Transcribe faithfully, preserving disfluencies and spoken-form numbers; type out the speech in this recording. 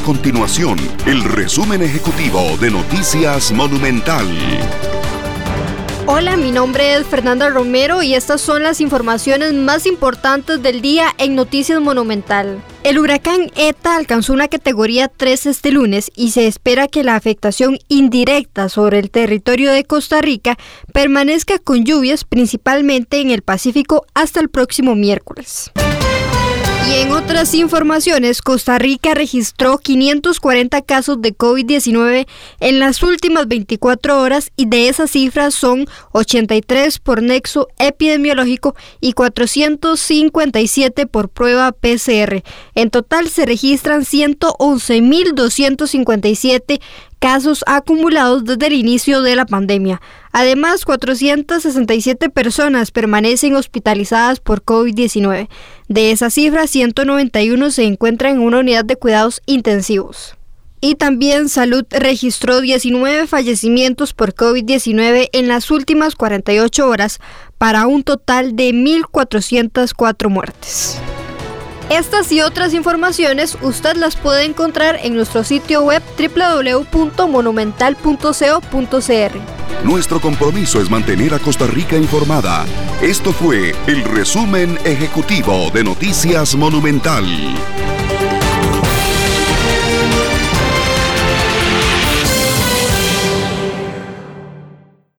continuación el resumen ejecutivo de Noticias Monumental. Hola, mi nombre es Fernanda Romero y estas son las informaciones más importantes del día en Noticias Monumental. El huracán ETA alcanzó una categoría tres este lunes y se espera que la afectación indirecta sobre el territorio de Costa Rica permanezca con lluvias principalmente en el Pacífico hasta el próximo miércoles. Y en otras informaciones, Costa Rica registró quinientos cuarenta casos de COVID diecinueve en las últimas veinticuatro horas y de esas cifras son ochenta y tres por nexo epidemiológico y cuatrocientos cincuenta y siete por prueba P C R. En total se registran ciento once mil doscientos cincuenta y siete casos acumulados desde el inicio de la pandemia. Además, cuatrocientas sesenta y siete personas permanecen hospitalizadas por COVID diecinueve. De esa cifra, ciento noventa y uno se encuentran en una unidad de cuidados intensivos. Y también Salud registró diecinueve fallecimientos por COVID diecinueve en las últimas cuarenta y ocho horas, para un total de mil cuatrocientas cuatro muertes. Estas y otras informaciones usted las puede encontrar en nuestro sitio web doble u doble u doble u punto monumental punto co punto c r. Nuestro compromiso es mantener a Costa Rica informada. Esto fue el resumen ejecutivo de Noticias Monumental.